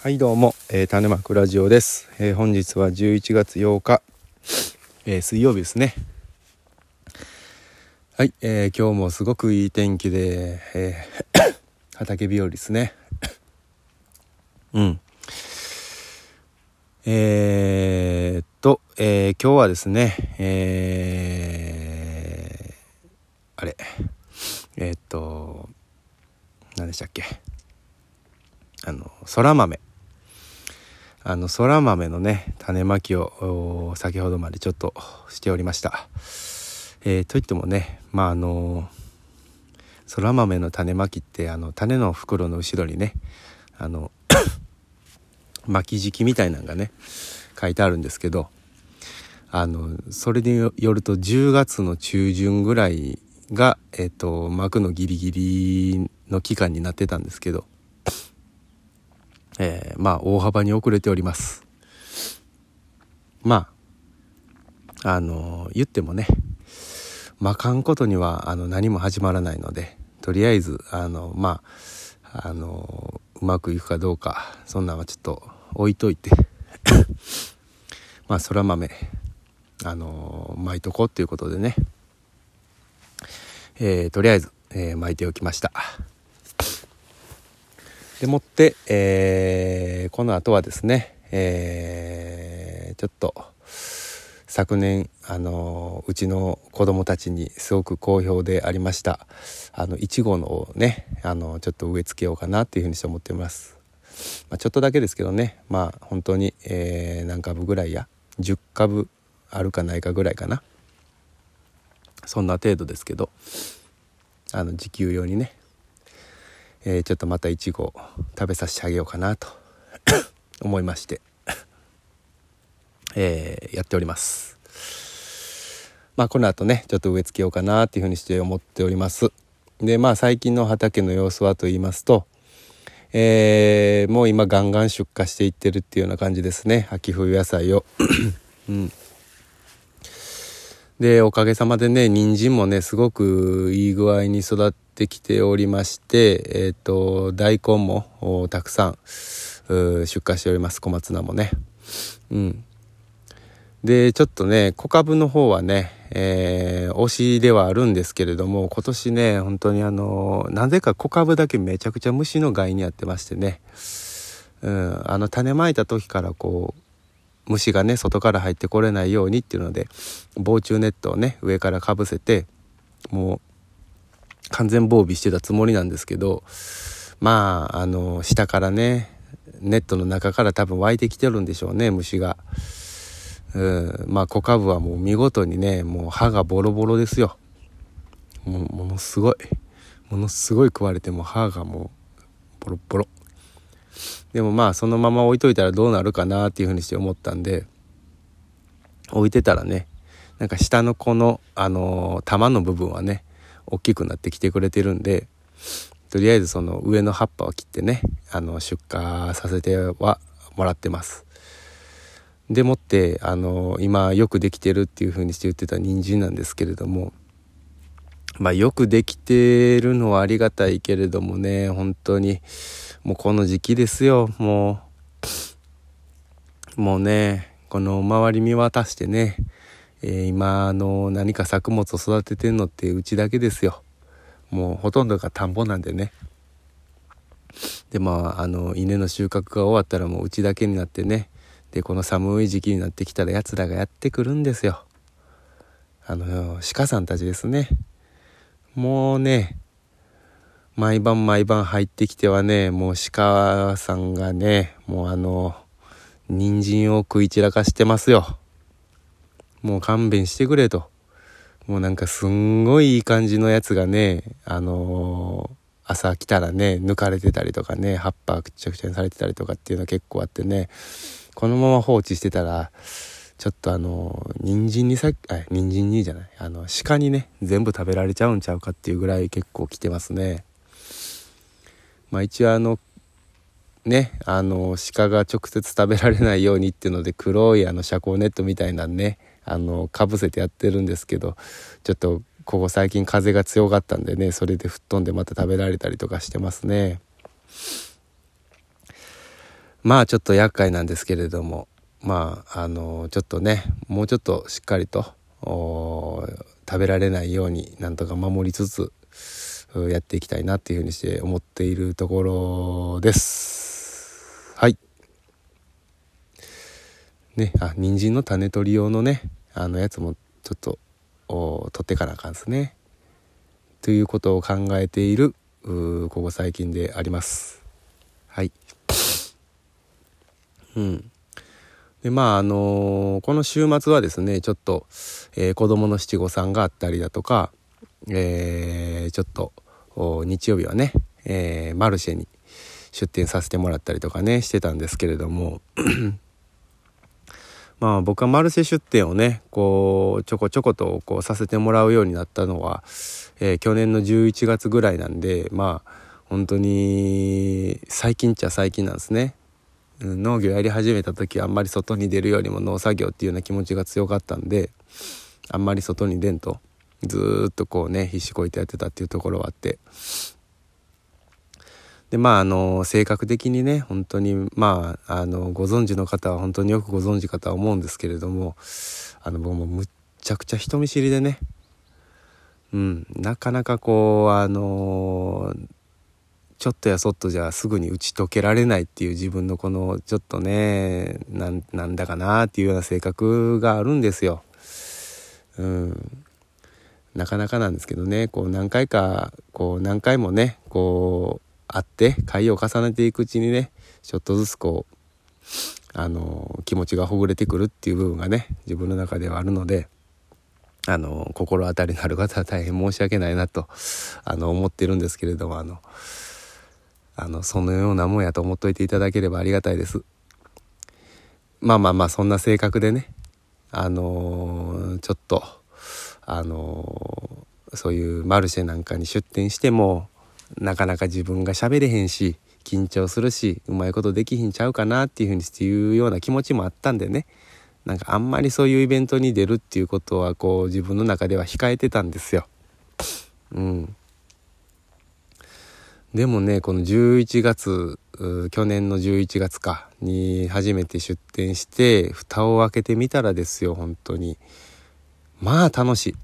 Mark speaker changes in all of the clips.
Speaker 1: はいどうも、種まくラジオです。本日は11月8日、水曜日ですね。はい、今日もすごくいい天気で、畑日和ですね。今日はですね、何でしたっけ、そら豆のね種まきを先ほどまでちょっとしておりました。といってもね、そら豆の種まきって種の袋の後ろにね巻き時期みたいなのがね書いてあるんですけど、それによると10月の中旬ぐらいが巻くのギリギリの期間になってたんですけど、大幅に遅れております。言ってもね巻かんことには何も始まらないので、とりあえずうまくいくかどうかそんなんはちょっと置いといてそら豆巻いとこうっていうことでね、とりあえず、巻いておきました。でもって、この後はですね、ちょっと昨年うちの子供たちにすごく好評でありましたいちごのねちょっと植え付けようかなっていうふうにして思っています。ちょっとだけですけどね、本当に、何株ぐらいや10株あるかないかぐらいかな、そんな程度ですけど自給用にね、ちょっとまたいちご食べさせてあげようかなと思いまして、やっております。この後ねちょっと植え付けようかなっていうふうにして思っております。で最近の畑の様子はと言いますと、もう今ガンガン出荷していってるっていうような感じですね、秋冬野菜をでおかげさまでね人参もねすごくいい具合に育ってきておりまして、大根もたくさん出荷しております。小松菜もね、でちょっとね小株の方はね、推しではあるんですけれども、今年ね本当になぜか小株だけめちゃくちゃ虫の害にやってましてね、種まいた時から虫がね外から入ってこれないようにっていうので防虫ネットをね上からかぶせてもう完全防備してたつもりなんですけど、下からねネットの中から多分湧いてきてるんでしょうね虫が。小株はもう見事にねもう歯がボロボロですよ。ものすごい食われても歯がもうボロボロ。でもそのまま置いといたらどうなるかなっていうふうにして思ったんで、置いてたらねなんか下のこの玉の部分はね大きくなってきてくれてるんで、とりあえずその上の葉っぱを切ってね出荷させてはもらってます。でもって今よくできてるっていう風にして言ってた人参なんですけれども、よくできてるのはありがたいけれどもね、本当にもうこの時期ですよ。もうねこの周り見渡してね、今何か作物を育ててんのってうちだけですよ。もうほとんどが田んぼなんでね。で稲の収穫が終わったらもううちだけになってね、でこの寒い時期になってきたらやつらがやってくるんですよ。鹿さんたちですね。もうね毎晩入ってきてはね、もう鹿さんがねもう人参を食い散らかしてますよ。もう勘弁してくれと。もうなんかすんごいいい感じのやつがね朝来たらね抜かれてたりとかね、葉っぱくちゃくちゃにされてたりとかっていうのは結構あってね、このまま放置してたらちょっと人参にじゃない鹿にね全部食べられちゃうんちゃうかっていうぐらい結構来てますね。一応鹿が直接食べられないようにっていうので黒い遮光ネットみたいなねかぶせてやってるんですけど、ちょっとここ最近風が強かったんでね、それで吹っ飛んでまた食べられたりとかしてますね。 まあちょっと厄介なんですけれども、まあちょっとね、もうちょっとしっかりと食べられないようになんとか守りつつやっていきたいなっていうふうにして思っているところです。はい。ね、人参の種取り用のね、やつもちょっと取ってかなあかんですね。ということを考えているここ最近であります。はい。でまあこの週末はですねちょっと、子供の七五三があったりだとか、ちょっと日曜日はね、マルシェに出店させてもらったりとかねしてたんですけれどもまあ僕はマルシェ出店をねこうちょこちょことこうさせてもらうようになったのは、去年の11月ぐらいなんで、まあ本当に最近っちゃ最近なんですね。農業やり始めた時はあんまり外に出るよりも農作業っていうような気持ちが強かったんで、あんまり外に出んとずっとこうね必死こいてやってたっていうところはあって、でまあ性格的にね本当にまあご存知の方は本当によくご存知かとは思うんですけれども、僕もむっちゃくちゃ人見知りでね、なかなかこうちょっとやそっとじゃすぐに打ち解けられないっていう自分のこのちょっとねなんだかなっていうような性格があるんですよ。なかなかなんですけどね、こう何回もねこう会って会を重ねていくうちにねちょっとずつこう気持ちがほぐれてくるっていう部分がね自分の中ではあるので、心当たりのある方は大変申し訳ないなと思ってるんですけれども、そのようなもんやと思っといていただければありがたいです。まあそんな性格でねちょっとそういうマルシェなんかに出店してもなかなか自分が喋れへんし緊張するしうまいことできひんちゃうかなっていうふうにしていうような気持ちもあったんでね、なんかあんまりそういうイベントに出るっていうことはこう自分の中では控えてたんですよ。でもねこの11月去年の11月かに初めて出店して蓋を開けてみたらですよ、本当にまあ楽し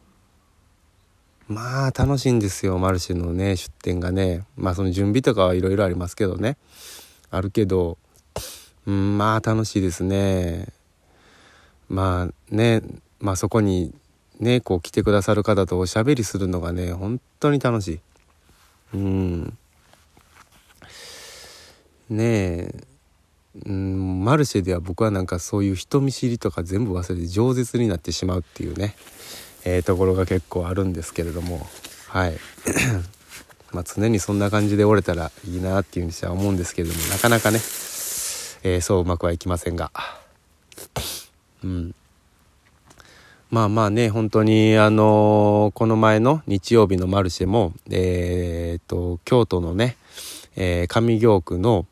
Speaker 1: いんですよ。マルシェのね出店がね、まあその準備とかはいろいろありますけどね、あるけどまあ楽しいですね。まあね、まあそこにねこう来てくださる方とおしゃべりするのがね本当に楽しい。ねえ、マルシェでは僕はなんかそういう人見知りとか全部忘れて饒舌になってしまうっていうね、ところが結構あるんですけれども、はいまあ常にそんな感じで折れたらいいなっていうふうにしては思うんですけれども、なかなかね、そううまくはいきませんが、まあまあね本当にこの前の日曜日のマルシェも京都のね、上京区の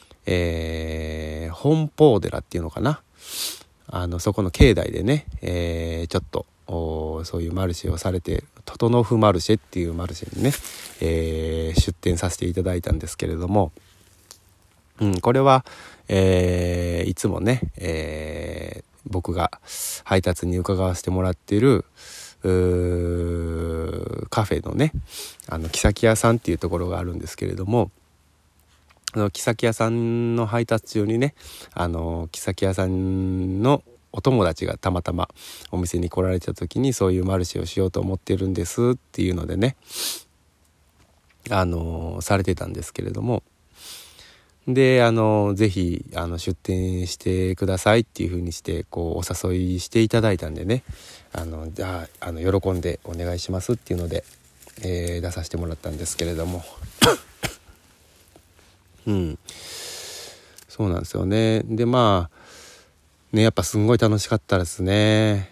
Speaker 1: 本宝寺っていうのかな、そこの境内でね、ちょっとそういうマルシェをされてトトノフマルシェっていうマルシェにね、出店させていただいたんですけれども、これは、いつもね、僕が配達に伺わせてもらっているカフェのね木崎屋さんっていうところがあるんですけれども、木崎屋さんの配達中にね木崎屋さんのお友達がたまたまお店に来られた時にそういうマルシェをしようと思ってるんですっていうのでねされてたんですけれども、でぜひ出店してくださいっていう風にしてこうお誘いしていただいたんでねじゃあ喜んでお願いしますっていうので、出させてもらったんですけれどもそうなんですよね。でまあねやっぱすんごい楽しかったですね。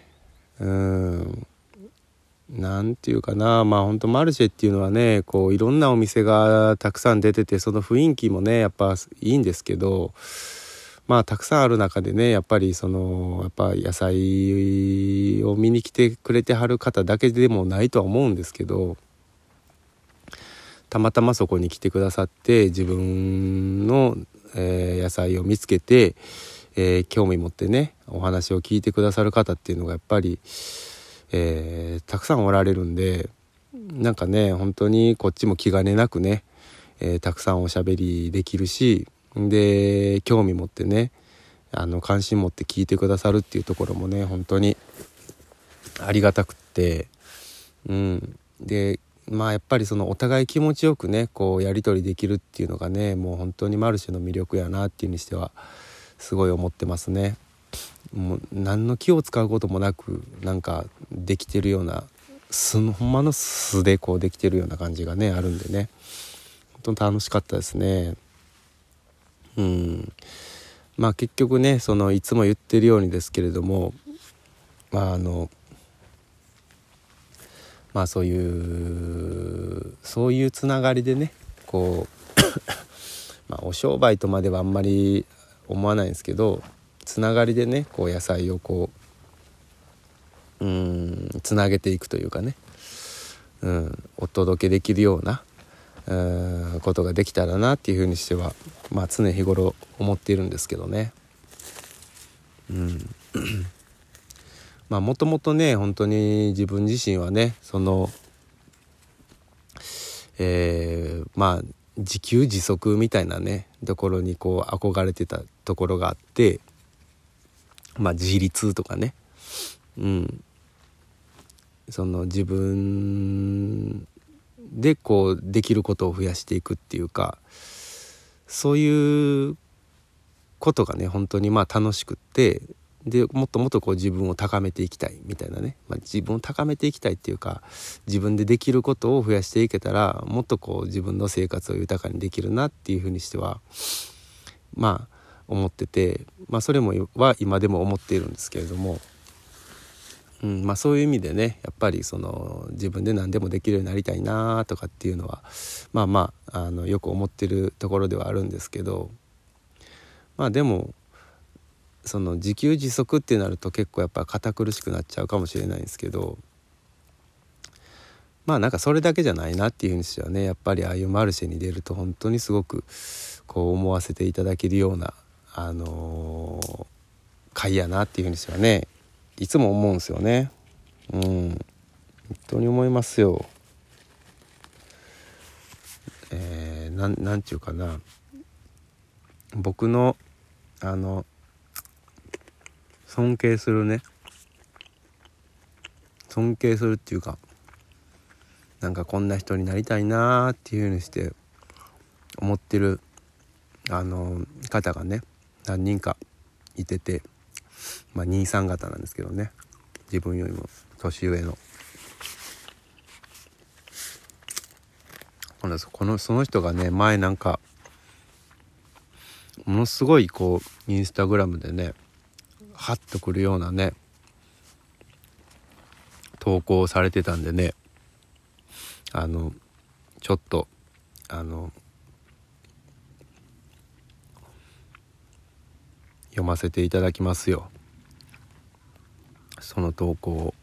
Speaker 1: なんていうかな、まあ本当マルシェっていうのはねこういろんなお店がたくさん出ててその雰囲気もねやっぱいいんですけど、まあたくさんある中でねやっぱりやっぱ野菜を見に来てくれてはる方だけでもないとは思うんですけど、たまたまそこに来てくださって自分の、 野菜を見つけて、興味持ってねお話を聞いてくださる方っていうのがやっぱり、たくさんおられるんで、なんかね本当にこっちも気兼ねなくね、たくさんおしゃべりできるし、で興味持ってね関心持って聞いてくださるっていうところもね本当にありがたくって、でやっぱりそのお互い気持ちよくねこうやり取りできるっていうのがねもう本当にマルシェの魅力やなっていうにしてはすごい思ってますね。もう何の気を使うこともなくなんかできてるようなほんまの素でこうできてるような感じがねあるんでね本当に楽しかったですね。結局ねいつも言ってるようにですけれどもそういうつながりでねこうお商売とまではあんまり思わないんですけど、つながりでねこう野菜をこうつなげていくというかね、お届けできるようなことができたらなっていうふうにしては常日頃思っているんですけどね。もともとね本当に自分自身はね自給自足みたいなねところにこう憧れてたところがあって、自立とかね、自分でこうできることを増やしていくっていうか、そういうことがね本当に楽しくって、でもっともっとこう自分を高めていきたいみたいなね、自分を高めていきたいっていうか自分でできることを増やしていけたらもっとこう自分の生活を豊かにできるなっていうふうにしては思ってて、それは今でも思っているんですけれども、そういう意味でねやっぱり自分で何でもできるようになりたいなとかっていうのはよく思ってるところではあるんですけど、でも自給自足ってなると結構やっぱ堅苦しくなっちゃうかもしれないんですけど、なんかそれだけじゃないなっていうふうにしてはねやっぱりああいうマルシェに出ると本当にすごくこう思わせていただけるような会やなっていうふうにしてはねいつも思うんですよね。本当に思いますよ。なんていうかな、僕の尊敬するっていうかなんかこんな人になりたいなっていう風にして思ってる方がね何人かいてて、兄さん方なんですけどね、自分よりも年上のその人がね前なんかものすごいこうインスタグラムでねハッとくるようなね投稿をされてたんでねちょっと読ませていただきますよ、その投稿を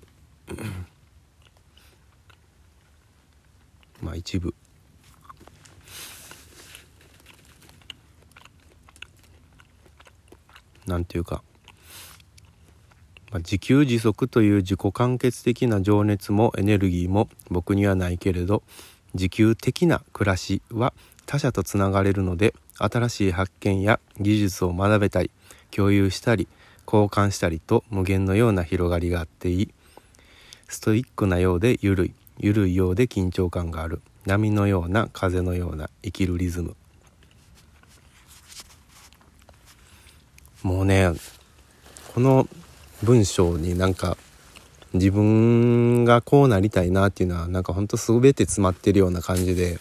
Speaker 1: 一部なんていうか、自給自足という自己完結的な情熱もエネルギーも僕にはないけれど、自給的な暮らしは他者とつながれるので、新しい発見や技術を学べたり共有したり交換したりと無限のような広がりがあっていい。ストイックなようでゆるいようで緊張感がある。波のような風のような生きるリズム。もうねこの文章になんか自分がこうなりたいなっていうのはなんかほんと全て詰まってるような感じで、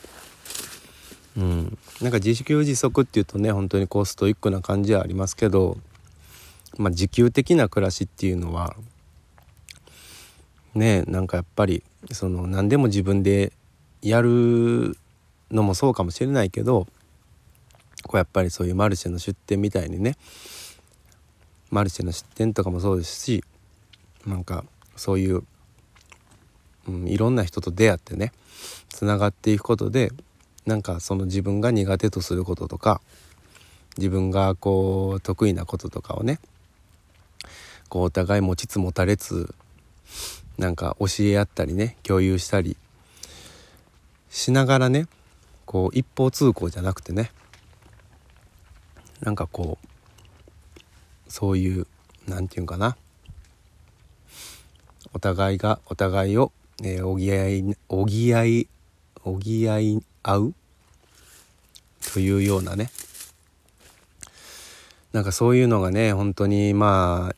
Speaker 1: なんか自給自足っていうとね本当にこうストイックな感じはありますけど、自給的な暮らしっていうのはねなんかやっぱり何でも自分でやるのもそうかもしれないけど、こうやっぱりそういうマルシェの出店みたいにね、マルシェの出店とかもそうですし、なんかそういう、いろんな人と出会ってねつながっていくことで、なんか自分が苦手とすることとか自分がこう得意なこととかをね、こうお互い持ちつ持たれつなんか教え合ったりね、共有したりしながらね、こう一方通行じゃなくてね、なんかこうそういうなんていうんかな、お互いがお互いを、補い合うというようなね、なんかそういうのがね、本当にまあ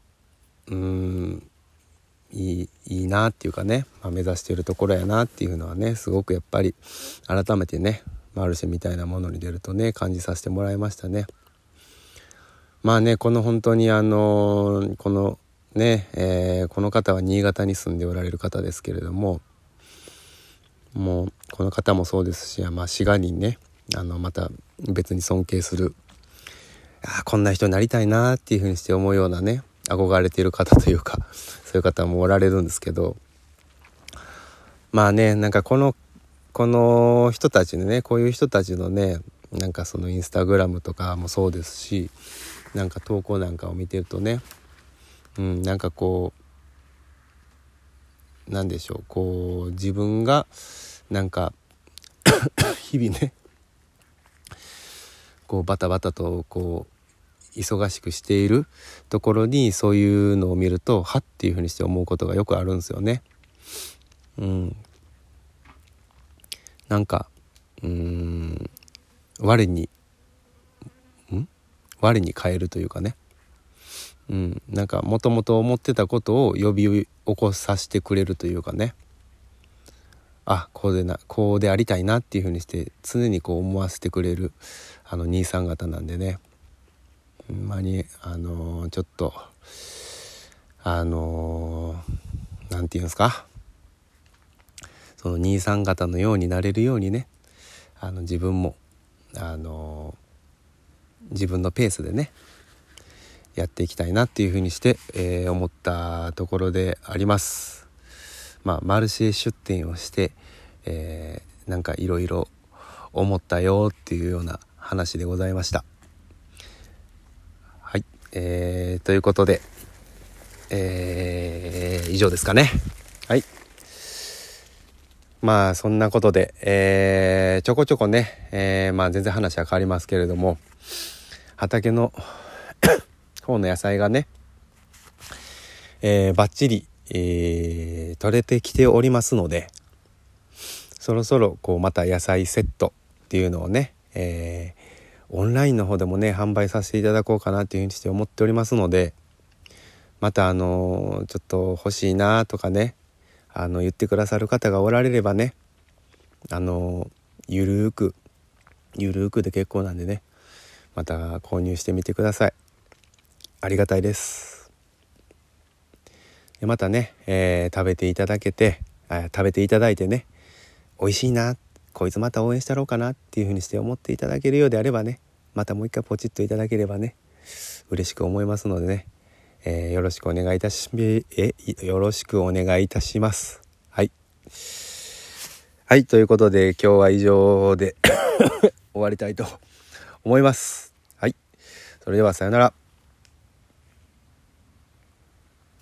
Speaker 1: いいなっていうかね、目指しているところやなっていうのはね、すごくやっぱり改めてね、マルシェみたいなものに出るとね、感じさせてもらいましたね。まあね、この本当にこのね、この方は新潟に住んでおられる方ですけれども、もうこの方もそうですし、滋賀にね、また別に尊敬する、こんな人になりたいなっていうふうにして思うようなね、憧れている方というか、そういう方もおられるんですけど、まあね、なんかこの人たちのね、こういう人たちのね、なんかそのインスタグラムとかもそうですし、なんか投稿なんかを見てるとね、なんかこうなんでしょう、こう自分がなんか日々ね、こうバタバタとこう忙しくしているところにそういうのを見ると、はっていうふうにして思うことがよくあるんですよね。なんか我に変えるというかね、なんかもともと思ってたことを呼び起こさせてくれるというかね、こうでありたいなっていうふうにして常にこう思わせてくれる兄さん方なんでね、ほんまにちょっとなんていうんですか、その兄さん方のようになれるようにね、自分も自分のペースでねやっていきたいなっていうふうにして、思ったところであります。マルシェ出店をして、なんかいろいろ思ったよっていうような話でございました。はい、ということで、以上ですかね。はい、そんなことで、ちょこちょこね、全然話は変わりますけれども、畑の方の野菜がね、バッチリ、取れてきておりますので、そろそろこうまた野菜セットっていうのをね、オンラインの方でもね販売させていただこうかなっていうふうにして思っておりますので、またちょっと欲しいなとかね、言ってくださる方がおられればね、ゆるーくで結構なんでね、また購入してみてください。ありがたいです。でまたね、食べていただいてね、美味しいな、こいつまた応援したろうかなっていうふうにして思っていただけるようであればね、またもう一回ポチッといただければね、嬉しく思いますのでね、よろしくお願いいたします。はい、ということで今日は以上で終わりたいと思います。はい、それではさよなら。